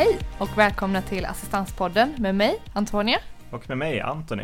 Hej och välkomna till Assistanspodden med mig, Antonia. Och med mig, Anthony.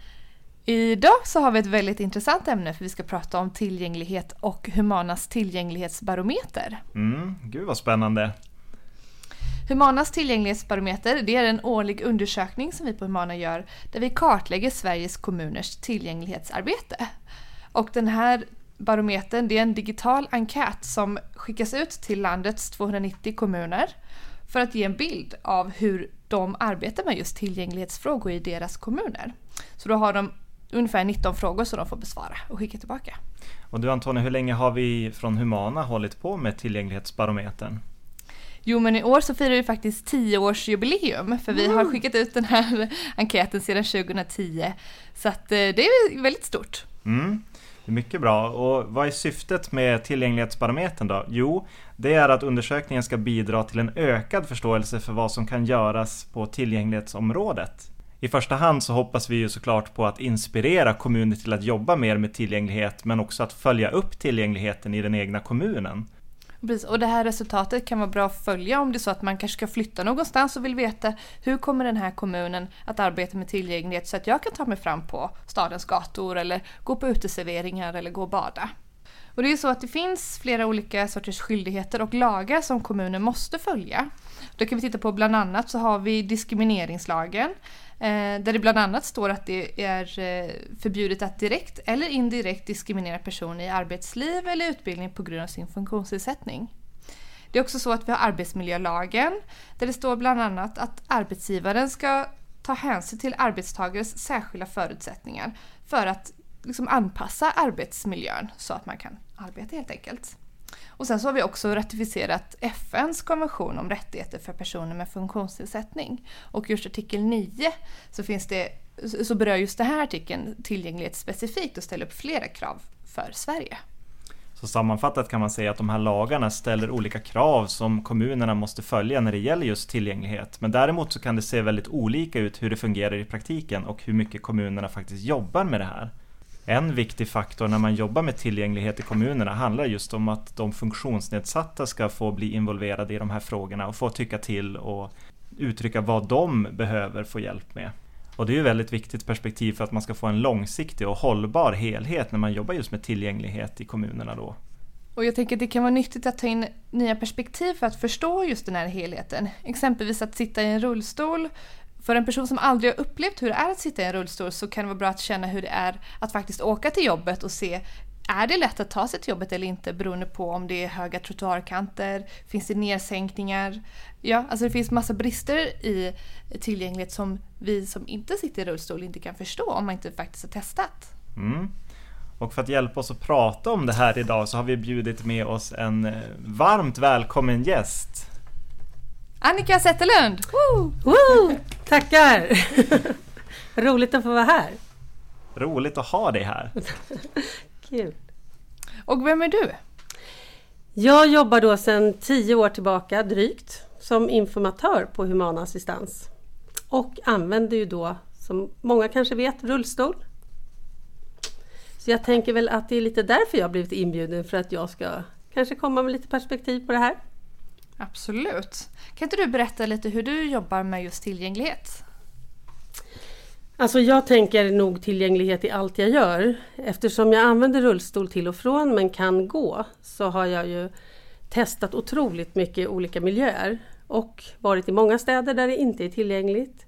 Idag så har vi ett väldigt intressant ämne för vi ska prata om tillgänglighet och Humanas tillgänglighetsbarometer. Gud vad spännande. Humanas tillgänglighetsbarometer, det är en årlig undersökning som vi på Humana gör där vi kartlägger Sveriges kommuners tillgänglighetsarbete. Och den här barometern, det är en digital enkät som skickas ut till landets 290 kommuner för att ge en bild av hur de arbetar med just tillgänglighetsfrågor i deras kommuner. Så då har de ungefär 19 frågor som de får besvara och skicka tillbaka. Och du Antonija, hur länge har vi från Humana hållit på med tillgänglighetsbarometern? Jo, men i år så firar vi faktiskt 10-årsjubileum för vi har skickat ut den här enkäten sedan 2010. Så att det är väldigt stort. Det är mycket bra. Och vad är syftet med tillgänglighetsbarometern då? Jo, det är att undersökningen ska bidra till en ökad förståelse för vad som kan göras på tillgänglighetsområdet. I första hand så hoppas vi ju såklart på att inspirera kommuner till att jobba mer med tillgänglighet, men också att följa upp tillgängligheten i den egna kommunen. Precis, och det här resultatet kan vara bra att följa om det är så att man kanske ska flytta någonstans och vill veta hur kommer den här kommunen att arbeta med tillgänglighet så att jag kan ta mig fram på stadens gator eller gå på uteserveringar eller gå och bada. Och det är så att det finns flera olika sorters skyldigheter och lagar som kommunen måste följa. Då kan vi titta på bland annat så har vi diskrimineringslagen där det bland annat står att det är förbjudet att direkt eller indirekt diskriminera personer i arbetsliv eller utbildning på grund av sin funktionsnedsättning. Det är också så att vi har arbetsmiljölagen där det står bland annat att arbetsgivaren ska ta hänsyn till arbetstagares särskilda förutsättningar för att anpassa arbetsmiljön så att man kan arbeta helt enkelt. Och sen så har vi också ratificerat FN:s konvention om rättigheter för personer med funktionsnedsättning. Och just artikel 9 så berör just den här artikeln tillgänglighet specifikt och ställer upp flera krav för Sverige. Så sammanfattat kan man säga att de här lagarna ställer olika krav som kommunerna måste följa när det gäller just tillgänglighet. Men däremot så kan det se väldigt olika ut hur det fungerar i praktiken och hur mycket kommunerna faktiskt jobbar med det här. En viktig faktor när man jobbar med tillgänglighet i kommunerna handlar just om att de funktionsnedsatta ska få bli involverade i de här frågorna och få tycka till och uttrycka vad de behöver få hjälp med. Och det är ju väldigt viktigt perspektiv för att man ska få en långsiktig och hållbar helhet när man jobbar just med tillgänglighet i kommunerna då. Och jag tänker att det kan vara nyttigt att ta in nya perspektiv för att förstå just den här helheten. Exempelvis att sitta i en rullstol. För en person som aldrig har upplevt hur det är att sitta i en rullstol så kan det vara bra att känna hur det är att faktiskt åka till jobbet och se, är det lätt att ta sig till jobbet eller inte beroende på om det är höga trottoarkanter, finns det nedsänkningar? Ja, alltså det finns massa brister i tillgänglighet som vi som inte sitter i rullstol inte kan förstå om man inte faktiskt har testat. Och för att hjälpa oss att prata om det här idag så har vi bjudit med oss en varmt välkommen gäst. Annika Zetterlund! Woo! Tackar! Roligt att få vara här. Roligt att ha dig här. Kul. Och vem är du? Jag jobbar då sedan 10 år tillbaka drygt som informatör på Humana Assistans. Och använder ju då, som många kanske vet, rullstol. Så jag tänker väl att det är lite därför jag blivit inbjuden för att jag ska kanske komma med lite perspektiv på det här. Absolut. Kan inte du berätta lite hur du jobbar med just tillgänglighet? Alltså jag tänker nog tillgänglighet i allt jag gör. Eftersom jag använder rullstol till och från men kan gå så har jag ju testat otroligt mycket olika miljöer. Och varit i många städer där det inte är tillgängligt.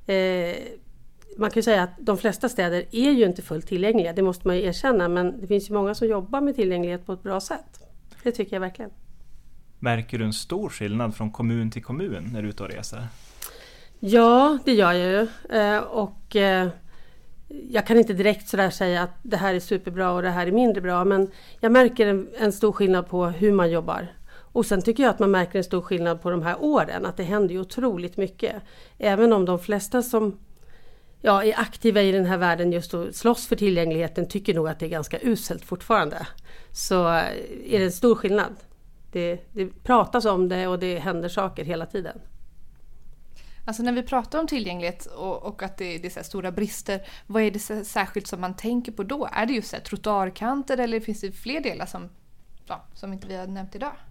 Man kan ju säga att de flesta städer är ju inte fullt tillgängliga, det måste man ju erkänna. Men det finns ju många som jobbar med tillgänglighet på ett bra sätt. Det tycker jag verkligen. Märker du en stor skillnad från kommun till kommun när du är ute och reser? Ja, det gör jag ju. Och jag kan inte direkt sådär säga att det här är superbra och det här är mindre bra. Men jag märker en stor skillnad på hur man jobbar. Och sen tycker jag att man märker en stor skillnad på de här åren. Att det händer ju otroligt mycket. Även om de flesta som är aktiva i den här världen just och slåss för tillgängligheten tycker nog att det är ganska uselt fortfarande. Så är det en stor skillnad. Det pratas om det och det händer saker hela tiden. Alltså när vi pratar om tillgänglighet och att det är så här stora brister, vad är det särskilt som man tänker på då? Är det just så här trottoarkanter eller finns det fler delar som inte vi har nämnt idag?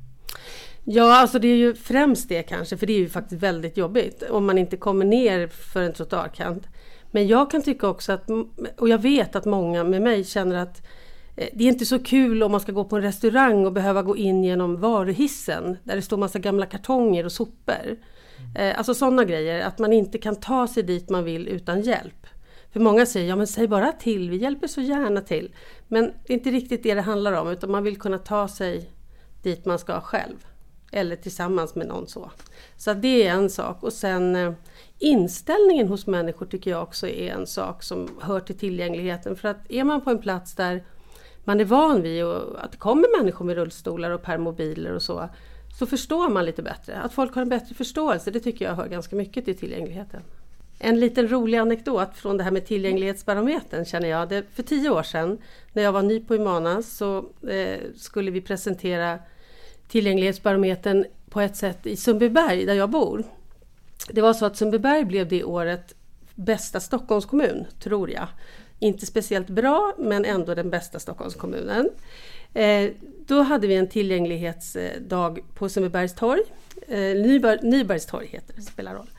Ja, alltså det är ju främst det kanske, för det är ju faktiskt väldigt jobbigt om man inte kommer ner för en trottoarkant. Men jag kan tycka också att, och jag vet att många med mig känner att det är inte så kul om man ska gå på en restaurang och behöva gå in genom varuhissen där det står massa gamla kartonger och sopor. Alltså sådana grejer, att man inte kan ta sig dit man vill utan hjälp. För många säger, ja men säg bara till, vi hjälper så gärna till. Men det är inte riktigt det handlar om, utan man vill kunna ta sig dit man ska själv. Eller tillsammans med någon så. Så det är en sak. Och sen inställningen hos människor tycker jag också är en sak som hör till tillgängligheten. För att är man på en plats där man är van vid att det kommer människor med rullstolar och permobiler och så förstår man lite bättre. Att folk har en bättre förståelse, det tycker jag hör ganska mycket till tillgängligheten. En liten rolig anekdot från det här med tillgänglighetsbarometern känner jag. För 10 år sedan när jag var ny på Humana så skulle vi presentera tillgänglighetsbarometern på ett sätt i Sundbyberg där jag bor. Det var så att Sundbyberg blev det året bästa Stockholmskommun, tror jag. Inte speciellt bra, men ändå den bästa Stockholmskommunen. Då hade vi en tillgänglighetsdag på Sundbybergs torg. Nybergs torg heter det, spelar roll.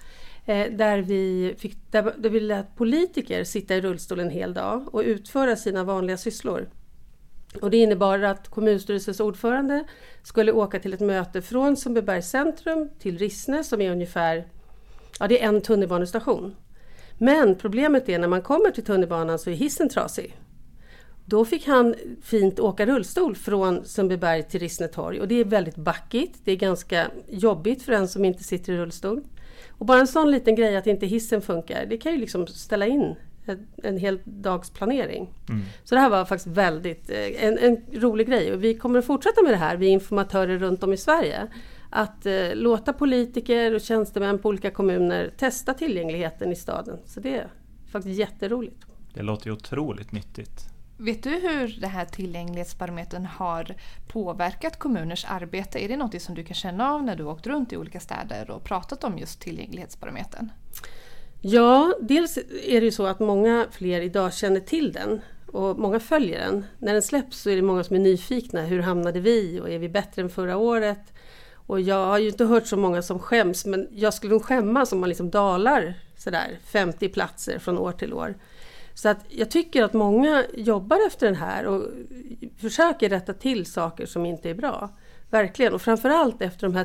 Där vi lät politiker sitta i rullstol en hel dag och utföra sina vanliga sysslor. Och det innebar att kommunstyrelsens ordförande skulle åka till ett möte från Sundbybergs centrum till Rissne som är ungefär, det är en tunnelbanestation. Men problemet är när man kommer till tunnelbanan så är hissen trasig. Då fick han fint åka rullstol från Sundbyberg till Rissne torg och det är väldigt backigt, det är ganska jobbigt för en som inte sitter i rullstol. Och bara en sån liten grej att inte hissen funkar, det kan ju liksom ställa in en hel dags planering. Så det här var faktiskt väldigt en rolig grej och vi kommer att fortsätta med det här, vi informatörer runt om i Sverige. Att låta politiker och tjänstemän på olika kommuner testa tillgängligheten i staden. Så det är faktiskt jätteroligt. Det låter ju otroligt nyttigt. Vet du hur det här tillgänglighetsbarometern har påverkat kommuners arbete? Är det något som du kan känna av när du åkt runt i olika städer och pratat om just tillgänglighetsbarometern? Ja, dels är det ju så att många fler idag känner till den och många följer den. När den släpps så är det många som är nyfikna. Hur hamnade vi och är vi bättre än förra året? Och jag har ju inte hört så många som skäms, men jag skulle nog skämmas om man liksom dalar sådär 50 platser från år till år. Så att jag tycker att många jobbar efter den här och försöker rätta till saker som inte är bra. Verkligen, och framförallt efter de här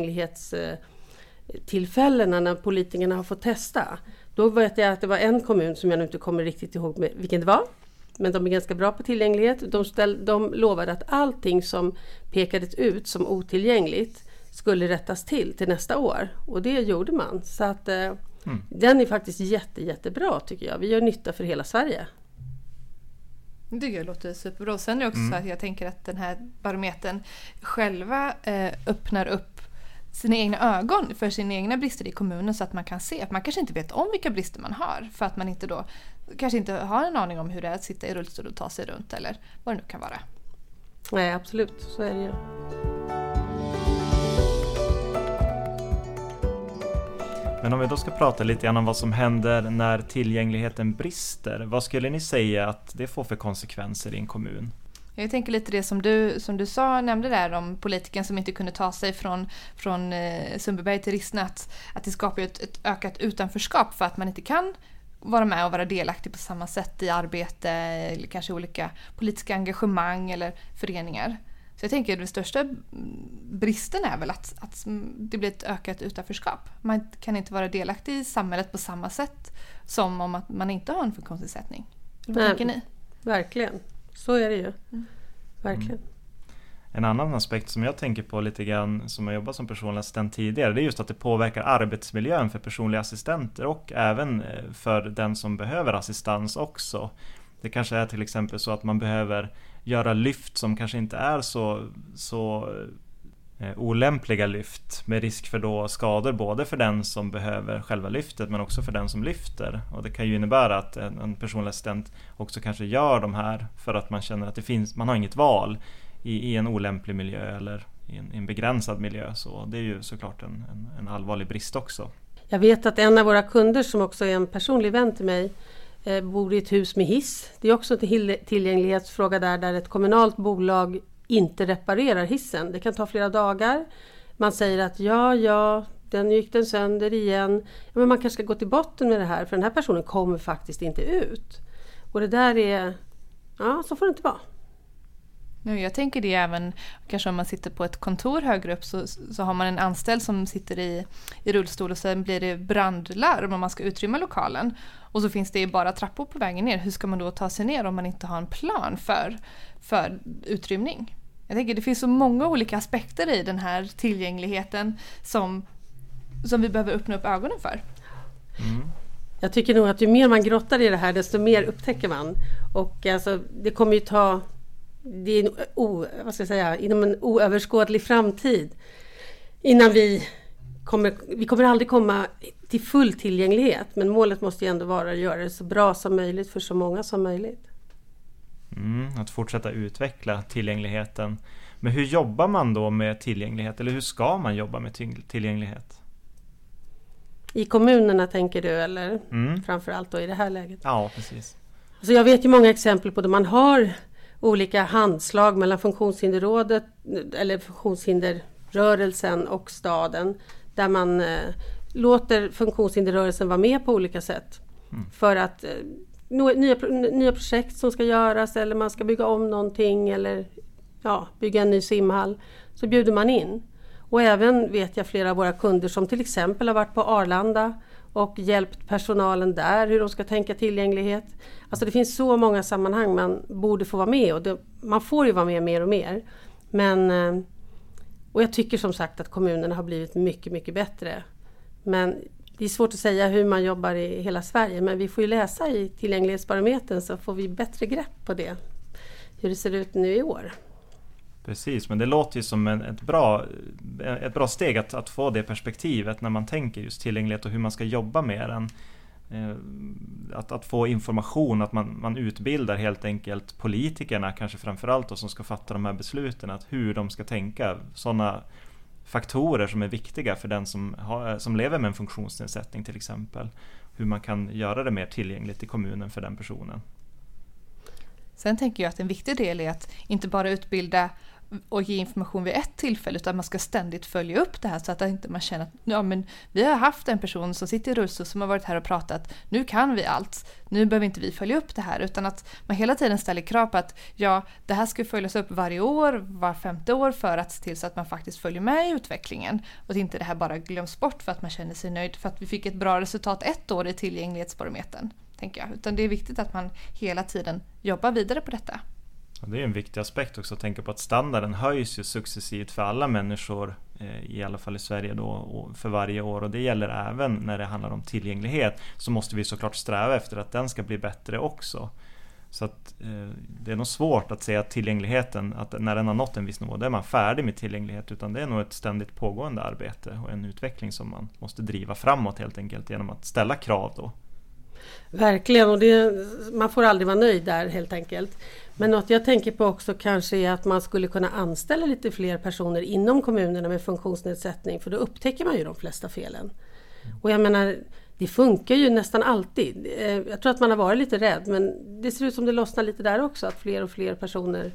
tillgänglighetstillfällena när politikerna har fått testa. Då vet jag att det var en kommun som jag nu inte kommer riktigt ihåg med vilken det var. Men de är ganska bra på tillgänglighet. De lovade att allting som pekades ut som otillgängligt skulle rättas till nästa år. Och det gjorde man. Så att den är faktiskt jättebra tycker jag. Vi gör nytta för hela Sverige. Det låter superbra. Sen är det också så att jag tänker att den här barometern själva öppnar upp sina egna ögon för sina egna brister i kommunen så att man kan se att man kanske inte vet om vilka brister man har för att man inte då kanske inte har en aning om hur det är att sitta i rullstol och ta sig runt eller vad det nu kan vara. Nej, absolut. Så är det ju. Men om vi då ska prata lite grann om vad som händer när tillgängligheten brister. Vad skulle ni säga att det får för konsekvenser i en kommun? Jag tänker lite det som du nämnde där om politiken som inte kunde ta sig från Sundbyberg till Rissne, att det skapar ett ökat utanförskap för att man inte kan vara med och vara delaktig på samma sätt i arbete eller kanske olika politiska engagemang eller föreningar. Så jag tänker att den största bristen är väl att det blir ett ökat utanförskap. Man kan inte vara delaktig i samhället på samma sätt som om att man inte har en funktionsnedsättning. Vad tänker ni? Verkligen. Så är det ju. Verkligen. En annan aspekt som jag tänker på lite grann som jag jobbat som personlig assistent tidigare, det är just att det påverkar arbetsmiljön för personliga assistenter och även för den som behöver assistans också. Det kanske är till exempel så att man behöver göra lyft som kanske inte är så olämpliga lyft med risk för då skador både för den som behöver själva lyftet men också för den som lyfter. Och det kan ju innebära att en personlig assistent också kanske gör de här för att man känner att man har inget val i en olämplig miljö eller i en begränsad miljö. Så det är ju såklart en allvarlig brist också. Jag vet att en av våra kunder som också är en personlig vän till mig bor i ett hus med hiss. Det är också en tillgänglighetsfråga där ett kommunalt bolag inte reparerar hissen. Det kan ta flera dagar. Man säger att ja, den gick den sönder igen. Ja, men man kanske ska gå till botten med det här, för den här personen kommer faktiskt inte ut. Och det där är, ja, så får det inte vara. Jag tänker det även, kanske om man sitter på ett kontor högre upp så har man en anställd som sitter i rullstol och sen blir det brandlarm om man ska utrymma lokalen. Och så finns det bara trappor på vägen ner. Hur ska man då ta sig ner om man inte har en plan för utrymning? Jag tänker det finns så många olika aspekter i den här tillgängligheten som vi behöver öppna upp ögonen för. Mm. Jag tycker nog att ju mer man grottar i det här desto mer upptäcker man. Och alltså, det kommer ju ta... Det är inom en oöverskådlig framtid innan vi kommer aldrig komma till full tillgänglighet, men målet måste ju ändå vara att göra det så bra som möjligt för så många som möjligt. Att fortsätta utveckla tillgängligheten. Men hur jobbar man då med tillgänglighet, eller hur ska man jobba med tillgänglighet? I kommunerna tänker du, eller framförallt då i det här läget? Ja, precis. Alltså jag vet ju många exempel på där man har olika handslag mellan funktionshinderrådet eller funktionshinderrörelsen och staden, där man låter funktionshinderrörelsen vara med på olika sätt för att nya projekt som ska göras, eller man ska bygga om någonting eller bygga en ny simhall, så bjuder man in. Och även vet jag flera av våra kunder som till exempel har varit på Arlanda och hjälpt personalen där hur de ska tänka tillgänglighet. Alltså det finns så många sammanhang man borde få vara med, och man får ju vara med mer och mer. Och jag tycker som sagt att kommunerna har blivit mycket, mycket bättre. Men det är svårt att säga hur man jobbar i hela Sverige, men vi får ju läsa i tillgänglighetsbarometern så får vi bättre grepp på det. Hur det ser ut nu i år. Precis, men det låter ju som ett bra steg att få det perspektivet när man tänker just tillgänglighet och hur man ska jobba med den. Att få information, att man utbildar helt enkelt politikerna kanske framförallt då, som ska fatta de här besluten, att hur de ska tänka, sådana faktorer som är viktiga för den som lever med en funktionsnedsättning till exempel. Hur man kan göra det mer tillgängligt i kommunen för den personen. Sen tänker jag att en viktig del är att inte bara utbilda och ge information vid ett tillfälle, utan man ska ständigt följa upp det här så att inte man känner att vi har haft en person som sitter i rullstol som har varit här och pratat, nu kan vi allt, nu behöver inte vi följa upp det här, utan att man hela tiden ställer krav på att det här ska följas upp varje år, var 5:e år, för att se till så att man faktiskt följer med i utvecklingen och att inte det här bara glöms bort för att man känner sig nöjd för att vi fick ett bra resultat ett år i tillgänglighetsbarometern, tänker jag. Utan det är viktigt att man hela tiden jobbar vidare på detta. Det är en viktig aspekt också att tänka på att standarden höjs ju successivt för alla människor, i alla fall i Sverige då, och för varje år, och det gäller även när det handlar om tillgänglighet, så måste vi såklart sträva efter att den ska bli bättre också. Så att det är nog svårt att säga att tillgängligheten, att när den har nått en viss nivå, då är man färdig med tillgänglighet, utan det är nog ett ständigt pågående arbete och en utveckling som man måste driva framåt helt enkelt genom att ställa krav då. Verkligen, och man får aldrig vara nöjd där helt enkelt. Men något jag tänker på också kanske är att man skulle kunna anställa lite fler personer inom kommunerna med funktionsnedsättning, för då upptäcker man ju de flesta felen. Och jag menar, det funkar ju nästan alltid. Jag tror att man har varit lite rädd, men det ser ut som det lossnar lite där också, att fler och fler personer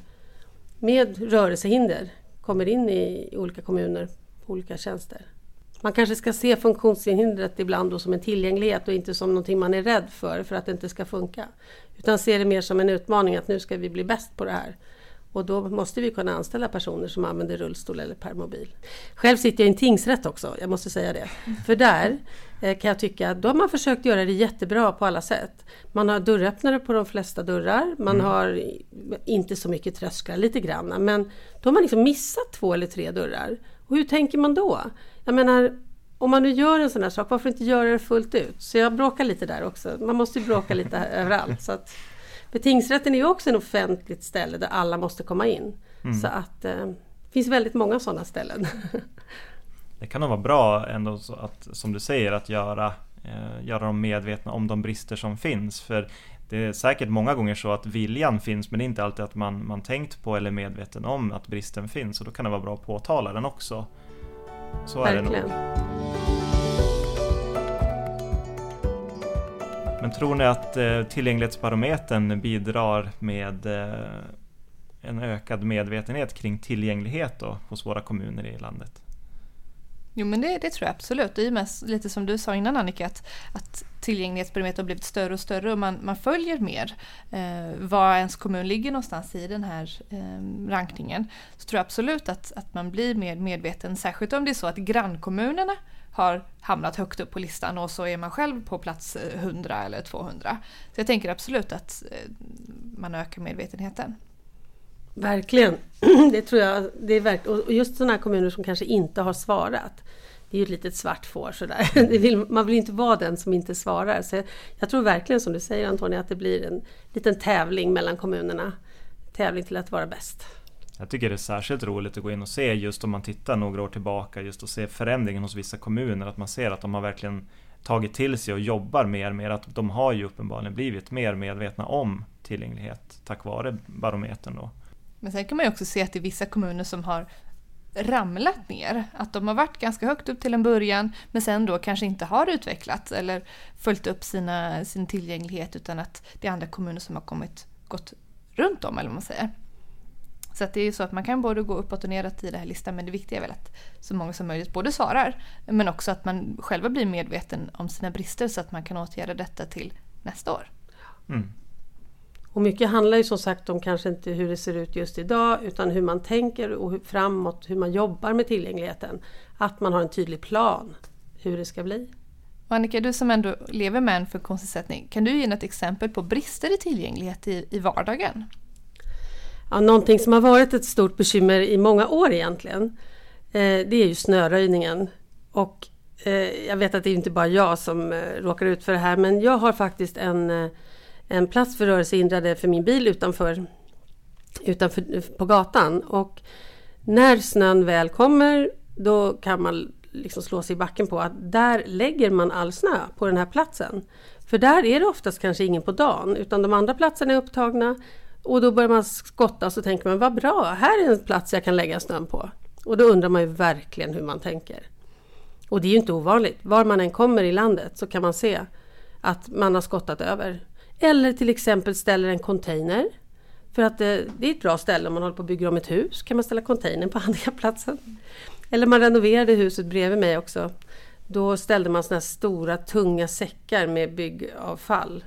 med rörelsehinder kommer in i olika kommuner på olika tjänster. Man kanske ska se funktionshindret ibland då som en tillgänglighet och inte som någonting man är rädd för att det inte ska funka. Utan se det mer som en utmaning att nu ska vi bli bäst på det här. Och då måste vi kunna anställa personer som använder rullstol eller permobil. Själv sitter jag i en tingsrätt också, jag måste säga det. För där kan jag tycka att då har man försökt göra det jättebra på alla sätt. Man har dörröppnare på de flesta dörrar. Man har inte så mycket trösklar, lite grann. Men då har man liksom missat 2 eller 3 dörrar. Och hur tänker man då? Jag menar, om man nu gör en sån här sak, varför inte göra det fullt ut? Så jag bråkar lite där också. Man måste ju bråka lite överallt. Så att, för tingsrätten är ju också en offentligt ställe där alla måste komma in. Så att det finns väldigt många sådana ställen. Det kan nog vara bra ändå att, som du säger, att göra dem medvetna om de brister som finns. För det är säkert många gånger så att viljan finns, men det är inte alltid att man tänkt på eller är medveten om att bristen finns. Och då kan det vara bra att påtala den också. Så är verkligen. Det nog. Men tror ni att tillgänglighetsbarometern bidrar med en ökad medvetenhet kring tillgänglighet då, hos våra kommuner i landet? Jo, men det tror jag absolut. Det är ju mest lite som du sa innan, Annika, att tillgänglighetsbarometern har blivit större och större och man följer mer var ens kommun ligger någonstans i den här rankningen. Så tror jag absolut att man blir mer medveten, särskilt om det är så att grannkommunerna har hamnat högt upp på listan och så är man själv på plats 100 eller 200. Så jag tänker absolut att man ökar medvetenheten. Verkligen, det tror jag. Det är och just sådana här kommuner som kanske inte har svarat. Det är ju ett litet svart får sådär. Man vill inte vara den som inte svarar. Så jag tror verkligen, som du säger Antonia, att det blir en liten tävling mellan kommunerna. Tävling till att vara bäst. Jag tycker det är särskilt roligt att gå in och se, just om man tittar några år tillbaka, just att se förändringen hos vissa kommuner. Att man ser att de har verkligen tagit till sig och jobbar mer med att de har ju uppenbarligen blivit mer medvetna om tillgänglighet tack vare barometern då. Men sen kan man ju också se att det är vissa kommuner som har ramlat ner. Att de har varit ganska högt upp till en början men sen då kanske inte har utvecklats eller följt upp sin tillgänglighet, utan att det är andra kommuner som har gått runt om, eller vad man säger. Så att det är ju så att man kan både gå uppåt och neråt i den här listan, men det viktiga är väl att så många som möjligt både svarar, men också att man själva blir medveten om sina brister så att man kan åtgärda detta till nästa år. Mm. Och mycket handlar ju som sagt om kanske inte hur det ser ut just idag, utan hur man tänker och framåt, hur man jobbar med tillgängligheten. Att man har en tydlig plan hur det ska bli. Och Annika, du som ändå lever med en funktionsnedsättning, kan du ge ett exempel på brister i tillgänglighet i vardagen? Ja, någonting som har varit ett stort bekymmer i många år egentligen, det är ju snöröjningen. Och jag vet att det är inte bara jag som råkar ut för det här, men jag har faktiskt en plats för rörelsehindrade för min bil utanför på gatan. Och när snön väl kommer, då kan man liksom slå sig i backen på att där lägger man all snö på den här platsen. För där är det oftast kanske ingen på dagen, utan de andra platserna är upptagna. Och då börjar man skotta och så tänker man, vad bra, här är en plats jag kan lägga snön på. Och då undrar man ju verkligen hur man tänker. Och det är ju inte ovanligt. Var man än kommer i landet så kan man se att man har skottat över. Eller till exempel ställer en container. För att det är ett bra ställe om man håller på att bygga om ett hus. Kan man ställa containern på handikapplatsen. Eller man renoverade huset bredvid mig också. Då ställde man såna här stora tunga säckar med byggavfall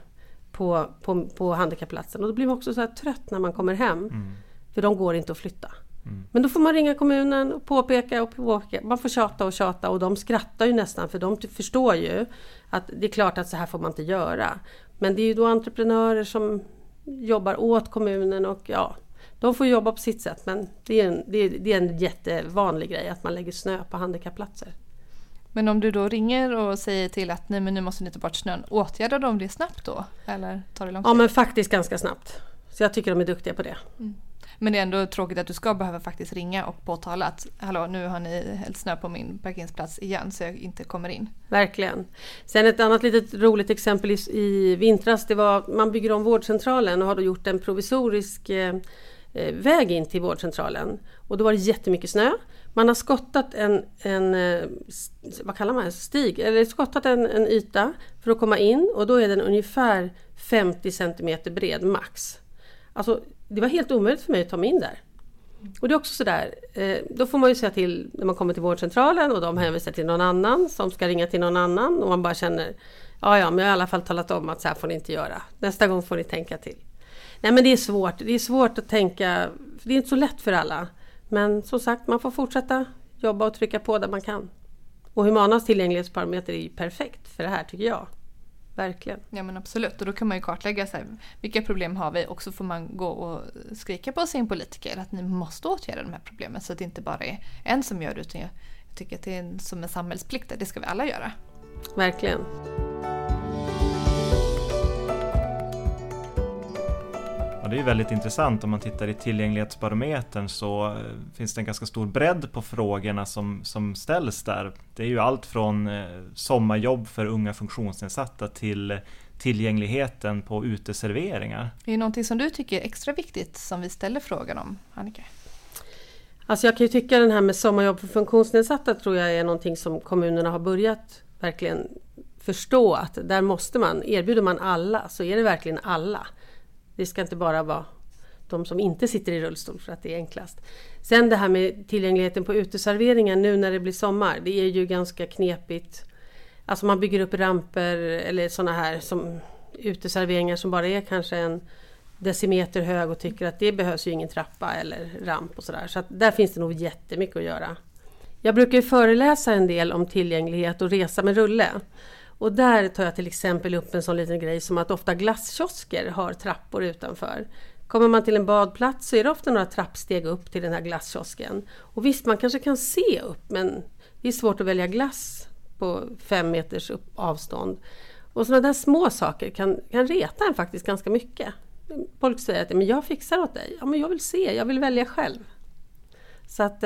på handikapplatsen. Och då blir man också så här trött när man kommer hem. Mm. För de går inte att flytta. Mm. Men då får man ringa kommunen och påpeka. Man får tjata och de skrattar ju nästan, för de förstår ju att det är klart att så här får man inte göra. Men det är ju då entreprenörer som jobbar åt kommunen och ja, de får jobba på sitt sätt. Men det är en jättevanlig grej att man lägger snö på handikapplatser. Men om du då ringer och säger till att nej, men nu måste ni ta bort snön, åtgärdar de det snabbt då? Eller tar det lång tid? Ja, men faktiskt ganska snabbt. Så jag tycker de är duktiga på det. Mm. Men det är ändå tråkigt att du ska behöva faktiskt ringa och påtala att hallå, nu har ni hällt snö på min parkeringsplats igen så jag inte kommer in. Verkligen. Sen ett annat litet roligt exempel i vintras, det var man bygger om vårdcentralen och har då gjort en provisorisk väg in till vårdcentralen. Och då var det jättemycket snö. Man har skottat en vad kallar man, stig, eller skottat en yta för att komma in, och då är den ungefär 50 cm bred max. Alltså det var helt omöjligt för mig att ta mig in där. Och det är också sådär, då får man ju säga till när man kommer till vårdcentralen och de hänvisar till någon annan som ska ringa till någon annan och man bara känner, ja men jag har i alla fall talat om att så här får ni inte göra. Nästa gång får ni tänka till. Nej, men det är svårt att tänka, för det är inte så lätt för alla. Men som sagt, man får fortsätta jobba och trycka på där man kan. Och Humanas tillgänglighetsparameter är ju perfekt för det här, tycker jag. Verkligen. Ja, men absolut. Och då kan man ju kartlägga så här, vilka problem har vi, och så får man gå och skrika på sin politiker att ni måste åtgärda de här problemen, så att det inte bara är en som gör det, utan jag tycker att det är som en samhällsplikt, det ska vi alla göra. Verkligen. Ja, det är väldigt intressant. Om man tittar i tillgänglighetsbarometern så finns det en ganska stor bredd på frågorna som ställs där. Det är ju allt från sommarjobb för unga funktionsnedsatta till tillgängligheten på uteserveringar. Det är någonting som du tycker är extra viktigt som vi ställer frågan om, Annika? Alltså jag kan ju tycka den här med sommarjobb för funktionsnedsatta tror jag är någonting som kommunerna har börjat verkligen förstå, att där måste man, erbjuder man alla så är det verkligen alla. Det ska inte bara vara de som inte sitter i rullstol för att det är enklast. Sen det här med tillgängligheten på uteserveringar nu när det blir sommar, det är ju ganska knepigt. Alltså man bygger upp ramper eller sådana här som uteserveringar som bara är kanske en decimeter hög och tycker att det behövs ju ingen trappa eller ramp och sådär. Så att där finns det nog jättemycket att göra. Jag brukar ju föreläsa en del om tillgänglighet och resa med rulle. Och där tar jag till exempel upp en sån liten grej som att ofta glasskiosker har trappor utanför. Kommer man till en badplats så är det ofta några trappsteg upp till den här glasskiosken. Och visst, man kanske kan se upp, men det är svårt att välja glass på 5 meters avstånd. Och sådana där små saker kan reta en faktiskt ganska mycket. Folk säger att men jag fixar åt dig. Ja, men jag vill se, jag vill välja själv. Så att,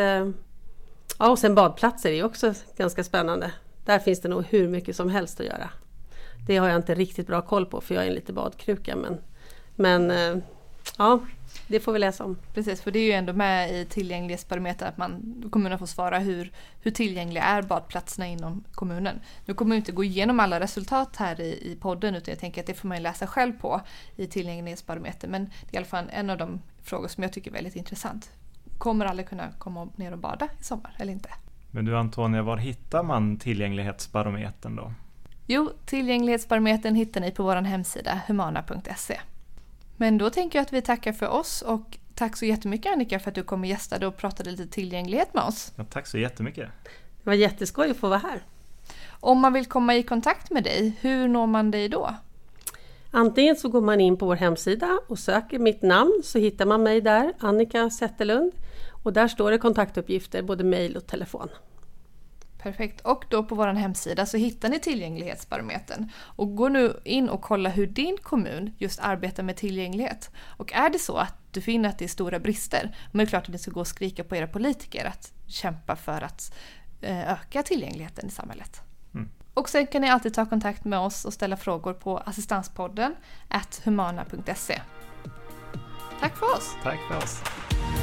ja, och sen badplatser är också ganska spännande. Där finns det nog hur mycket som helst att göra. Det har jag inte riktigt bra koll på för jag är en lite badkruka. Men ja, det får vi läsa om. Precis, för det är ju ändå med i tillgänglighetsbarometern att kommunen får svara hur tillgängliga är badplatserna inom kommunen. Nu kommer vi inte gå igenom alla resultat här i podden utan jag tänker att det får man läsa själv på i tillgänglighetsbarometern. Men det är i alla fall en av de frågor som jag tycker är väldigt intressant. Kommer alla kunna komma ner och bada i sommar eller inte? Men du Antonia, var hittar man tillgänglighetsbarometern då? Jo, tillgänglighetsbarometern hittar ni på vår hemsida humana.se. Men då tänker jag att vi tackar för oss och tack så jättemycket Annika för att du kom och gästade och pratade lite tillgänglighet med oss. Ja, tack så jättemycket. Det var jätteskoj att få vara här. Om man vill komma i kontakt med dig, hur når man dig då? Antingen så går man in på vår hemsida och söker mitt namn så hittar man mig där, Annika Zetterlund. Och där står det kontaktuppgifter, både mejl och telefon. Perfekt. Och då på vår hemsida så hittar ni tillgänglighetsbarometern. Och gå nu in och kolla hur din kommun just arbetar med tillgänglighet. Och är det så att du finner att det är stora brister, men det är klart att ni ska gå och skrika på era politiker att kämpa för att öka tillgängligheten i samhället. Mm. Och sen kan ni alltid ta kontakt med oss och ställa frågor på assistanspodden @humana.se. Tack för oss! Tack för oss!